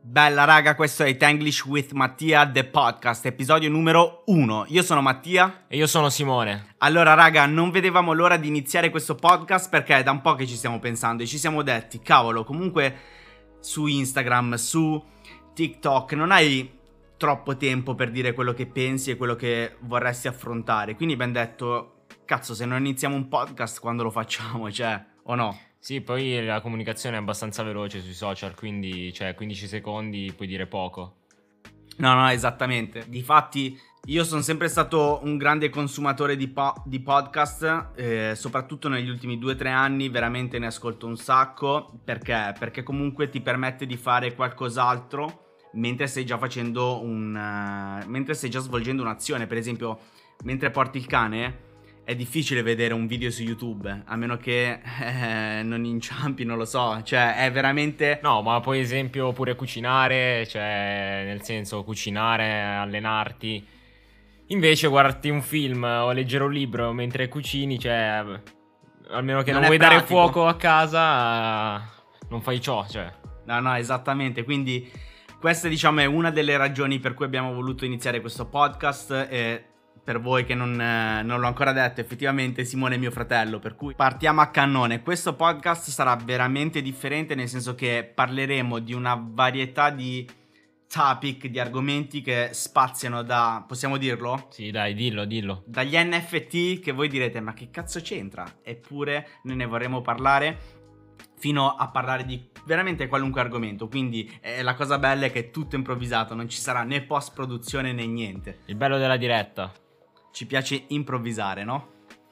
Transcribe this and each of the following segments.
Bella raga, questo è Italian with Mattia, the podcast, episodio numero 1. Io sono Mattia. E io sono Simone. Allora raga, non vedevamo l'ora di iniziare questo podcast perché è da un po' che ci stiamo pensando e ci siamo detti, cavolo, comunque su Instagram, su TikTok non hai troppo tempo per dire quello che pensi e quello che vorresti affrontare. Quindi abbiamo detto, cazzo, se non iniziamo un podcast quando lo facciamo, cioè, o no? Sì, poi la comunicazione è abbastanza veloce sui social, quindi 15 secondi puoi dire poco. No, esattamente. Difatti io sono sempre stato un grande consumatore di podcast, soprattutto negli ultimi 2-3 anni veramente ne ascolto un sacco. Perché comunque ti permette di fare qualcos'altro mentre stai già facendo mentre stai già svolgendo un'azione. Per esempio, mentre porti il cane è difficile vedere un video su YouTube, a meno che non inciampi, non lo so, cioè è veramente... No, ma poi esempio pure cucinare, cioè nel senso cucinare, allenarti. Invece guardarti un film o leggere un libro mentre cucini, cioè almeno che non vuoi dare fuoco a casa, non fai ciò, cioè. No, esattamente, quindi questa diciamo è una delle ragioni per cui abbiamo voluto iniziare questo podcast e... Per voi che non l'ho ancora detto, effettivamente Simone è mio fratello, per cui partiamo a cannone. Questo podcast sarà veramente differente, nel senso che parleremo di una varietà di topic, di argomenti che spaziano da... Possiamo dirlo? Sì, dai, dillo. Dagli NFT, che voi direte, ma che cazzo c'entra? Eppure noi ne vorremmo parlare, fino a parlare di veramente qualunque argomento. Quindi la cosa bella è che è tutto improvvisato, non ci sarà né post-produzione né niente. Il bello della diretta. Ci piace improvvisare, no?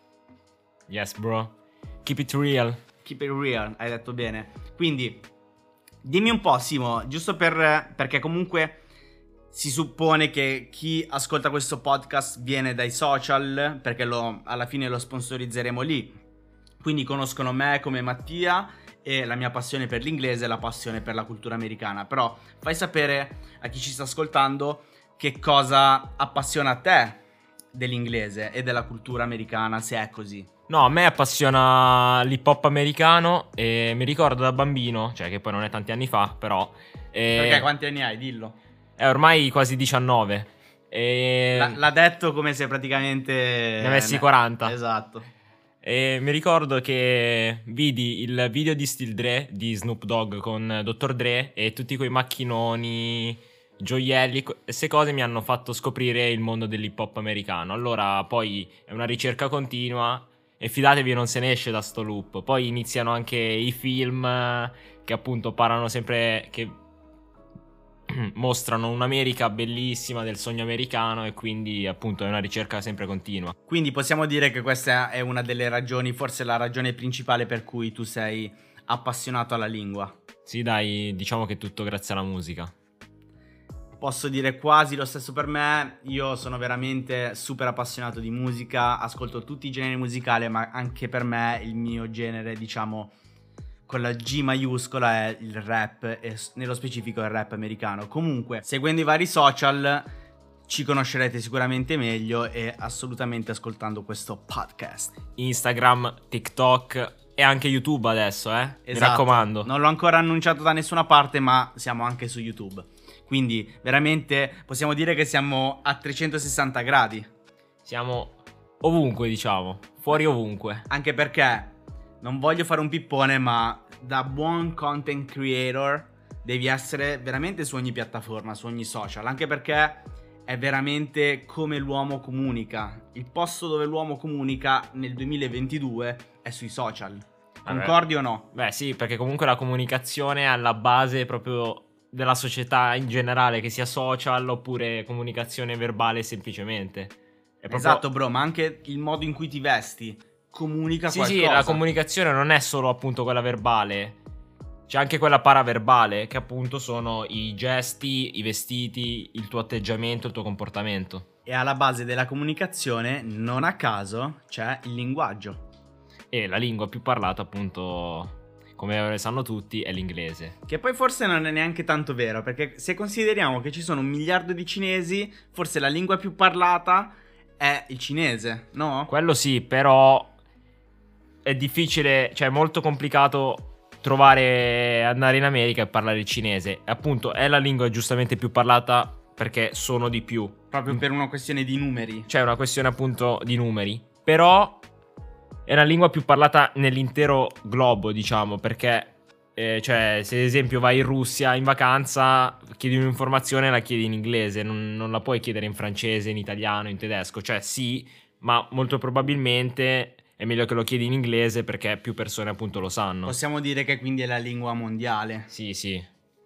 Yes, bro. Keep it real. Keep it real, hai detto bene. Quindi, dimmi un po', Simo, giusto perché comunque si suppone che chi ascolta questo podcast viene dai social, perché alla fine lo sponsorizzeremo lì. Quindi conoscono me come Mattia e la mia passione per l'inglese e la passione per la cultura americana. Però fai sapere a chi ci sta ascoltando che cosa appassiona a te dell'inglese e della cultura americana, se è così. No, a me appassiona l'hip hop americano e mi ricordo da bambino, cioè che poi non è tanti anni fa, però... Perché quanti anni hai? Dillo. È ormai quasi 19. L'ha detto come se praticamente... Ne avessi 40. Esatto. E mi ricordo che vidi il video di Still Dre, di Snoop Dogg con Dr. Dre e tutti quei macchinoni... gioielli, queste cose mi hanno fatto scoprire il mondo dell'hip hop americano. Allora poi è una ricerca continua e fidatevi, non se ne esce da sto loop. Poi iniziano anche i film che appunto parlano sempre, che mostrano un'America bellissima del sogno americano, e quindi appunto è una ricerca sempre continua. Quindi possiamo dire che questa è una delle ragioni, forse la ragione principale per cui tu sei appassionato alla lingua. Sì, dai, diciamo che è tutto grazie alla musica. Posso dire quasi lo stesso per me. Io sono veramente super appassionato di musica, ascolto tutti i generi musicali, ma anche per me il mio genere, diciamo, con la G maiuscola è il rap, e nello specifico il rap americano. Comunque, seguendo i vari social ci conoscerete sicuramente meglio e assolutamente ascoltando questo podcast. Instagram, TikTok e anche YouTube adesso, Esatto. Mi raccomando. Non l'ho ancora annunciato da nessuna parte, ma siamo anche su YouTube. Quindi veramente possiamo dire che siamo a 360 gradi. Siamo ovunque, diciamo, fuori ovunque. Anche perché non voglio fare un pippone, ma da buon content creator devi essere veramente su ogni piattaforma, su ogni social. Anche perché è veramente come l'uomo comunica. Il posto dove l'uomo comunica nel 2022 è sui social. Concordi o no? Beh sì, perché comunque la comunicazione è alla base proprio della società in generale, che sia social oppure comunicazione verbale semplicemente. È proprio... Esatto, bro, ma anche il modo in cui ti vesti comunica qualcosa. Sì, la comunicazione non è solo appunto quella verbale, c'è anche quella paraverbale, che appunto sono i gesti, i vestiti, il tuo atteggiamento, il tuo comportamento. E alla base della comunicazione, non a caso, c'è il linguaggio. E la lingua più parlata, appunto, come sanno tutti, è l'inglese. Che poi forse non è neanche tanto vero, perché se consideriamo che ci sono 1 miliardo di cinesi, forse la lingua più parlata è il cinese, no? Quello sì, però è difficile, cioè è molto complicato andare in America e parlare il cinese. E appunto è la lingua giustamente più parlata perché sono di più. Proprio per una questione di numeri. Cioè una questione appunto di numeri. Però è la lingua più parlata nell'intero globo, diciamo, perché cioè se ad esempio vai in Russia in vacanza, chiedi un'informazione, la chiedi in inglese, non la puoi chiedere in francese, in italiano, in tedesco. Cioè sì, ma molto probabilmente è meglio che lo chiedi in inglese perché più persone appunto lo sanno. Possiamo dire che quindi è la lingua mondiale. Sì, sì.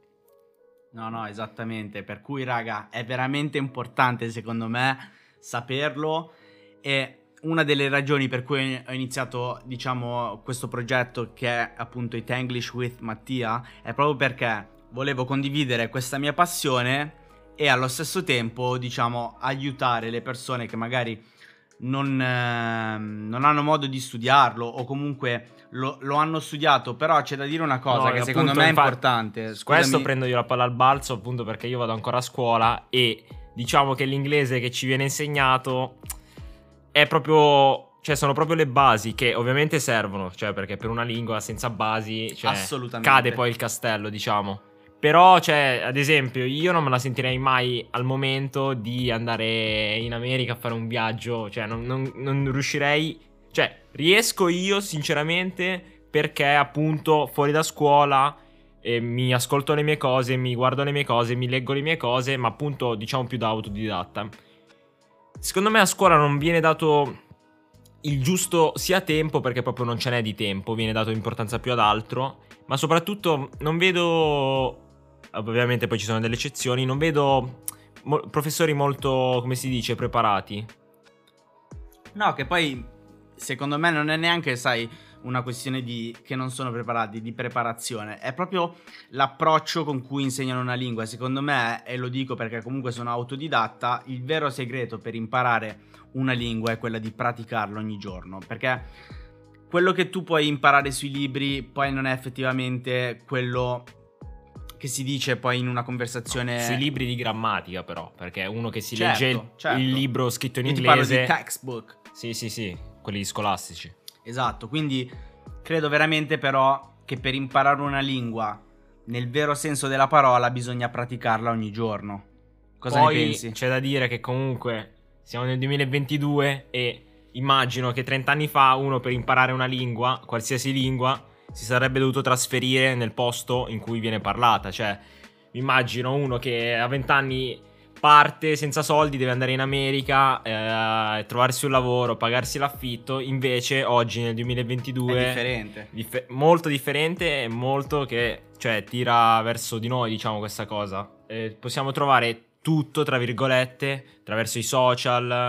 No, esattamente. Per cui, raga, è veramente importante, secondo me, saperlo. E una delle ragioni per cui ho iniziato, diciamo, questo progetto, che è appunto It English with Mattia, è proprio perché volevo condividere questa mia passione e allo stesso tempo, diciamo, aiutare le persone che magari non hanno modo di studiarlo, o comunque lo hanno studiato, però c'è da dire una cosa che secondo me è importante. Scusami. Questo prendo io la palla al balzo appunto perché io vado ancora a scuola e diciamo che l'inglese che ci viene insegnato è proprio, cioè sono proprio le basi che ovviamente servono, cioè perché per una lingua senza basi, cioè, assolutamente, cade poi il castello, diciamo. Però, cioè, ad esempio, io non me la sentirei mai al momento di andare in America a fare un viaggio. Cioè, non riuscirei. Cioè, riesco io, sinceramente, perché appunto fuori da scuola mi ascolto le mie cose, mi guardo le mie cose, mi leggo le mie cose, ma appunto, diciamo, più da autodidatta. Secondo me a scuola non viene dato il giusto sia tempo, perché proprio non ce n'è di tempo, viene dato importanza più ad altro, ma soprattutto non vedo... Ovviamente poi ci sono delle eccezioni. Non vedo professori molto, come si dice, preparati. No, che poi secondo me non è neanche, sai, una questione di che non sono preparati, di preparazione. È proprio l'approccio con cui insegnano una lingua. Secondo me, e lo dico perché comunque sono autodidatta, il vero segreto per imparare una lingua è quella di praticarlo ogni giorno. Perché quello che tu puoi imparare sui libri poi non è effettivamente quello che si dice poi in una conversazione. Sui libri di grammatica, però, perché uno che si certo, legge il libro scritto in Io inglese. ti parlo di textbook. Sì, quelli scolastici. Esatto, quindi credo veramente però che per imparare una lingua nel vero senso della parola bisogna praticarla ogni giorno. Cosa poi ne pensi? C'è da dire che comunque siamo nel 2022 e immagino che 30 anni fa uno per imparare una lingua, qualsiasi lingua, si sarebbe dovuto trasferire nel posto in cui viene parlata. Cioè, mi immagino uno che a 20 anni parte senza soldi, deve andare in America, trovarsi un lavoro, pagarsi l'affitto. Invece oggi nel 2022 è differente. Molto differente, e molto che, cioè, tira verso di noi, diciamo, questa cosa. Possiamo trovare tutto, tra virgolette, attraverso i social,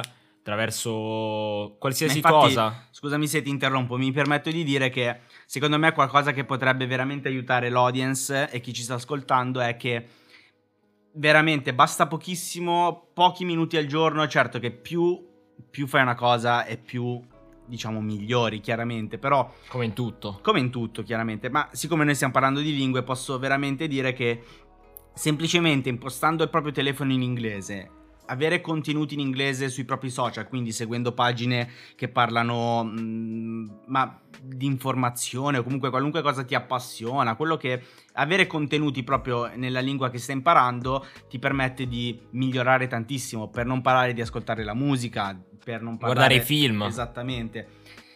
attraverso qualsiasi cosa. Scusami se ti interrompo, mi permetto di dire che secondo me qualcosa che potrebbe veramente aiutare l'audience e chi ci sta ascoltando è che veramente basta pochissimo, pochi minuti al giorno. Certo che più fai una cosa e più, diciamo, migliori, chiaramente, però come in tutto chiaramente. Ma siccome noi stiamo parlando di lingue, posso veramente dire che semplicemente impostando il proprio telefono in inglese, avere contenuti in inglese sui propri social, quindi seguendo pagine che parlano ma di informazione o comunque qualunque cosa ti appassiona, quello che avere contenuti proprio nella lingua che stai imparando ti permette di migliorare tantissimo, per non parlare di ascoltare la musica, per non parlare, guardare i film. Esattamente.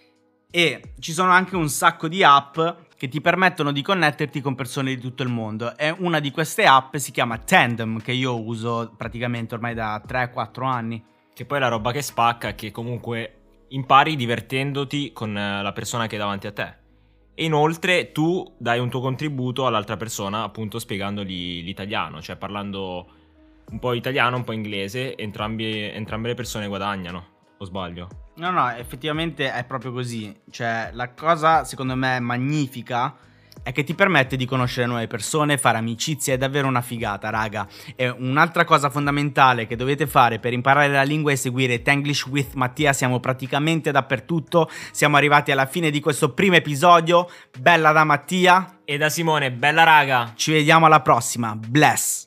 E ci sono anche un sacco di app che ti permettono di connetterti con persone di tutto il mondo. E una di queste app si chiama Tandem, che io uso praticamente ormai da 3-4 anni. Che poi è la roba che spacca, che comunque impari divertendoti con la persona che è davanti a te. E inoltre tu dai un tuo contributo all'altra persona, appunto spiegandogli l'italiano, cioè parlando un po' italiano, un po' inglese, entrambe le persone guadagnano. O sbaglio? No, effettivamente è proprio così. Cioè, la cosa secondo me magnifica è che ti permette di conoscere nuove persone, fare amicizia. È davvero una figata, raga. E un'altra cosa fondamentale che dovete fare per imparare la lingua è seguire Tenglish with Mattia. Siamo praticamente dappertutto. Siamo arrivati alla fine di questo primo episodio. Bella da Mattia e da Simone, bella raga. Ci vediamo alla prossima. Bless.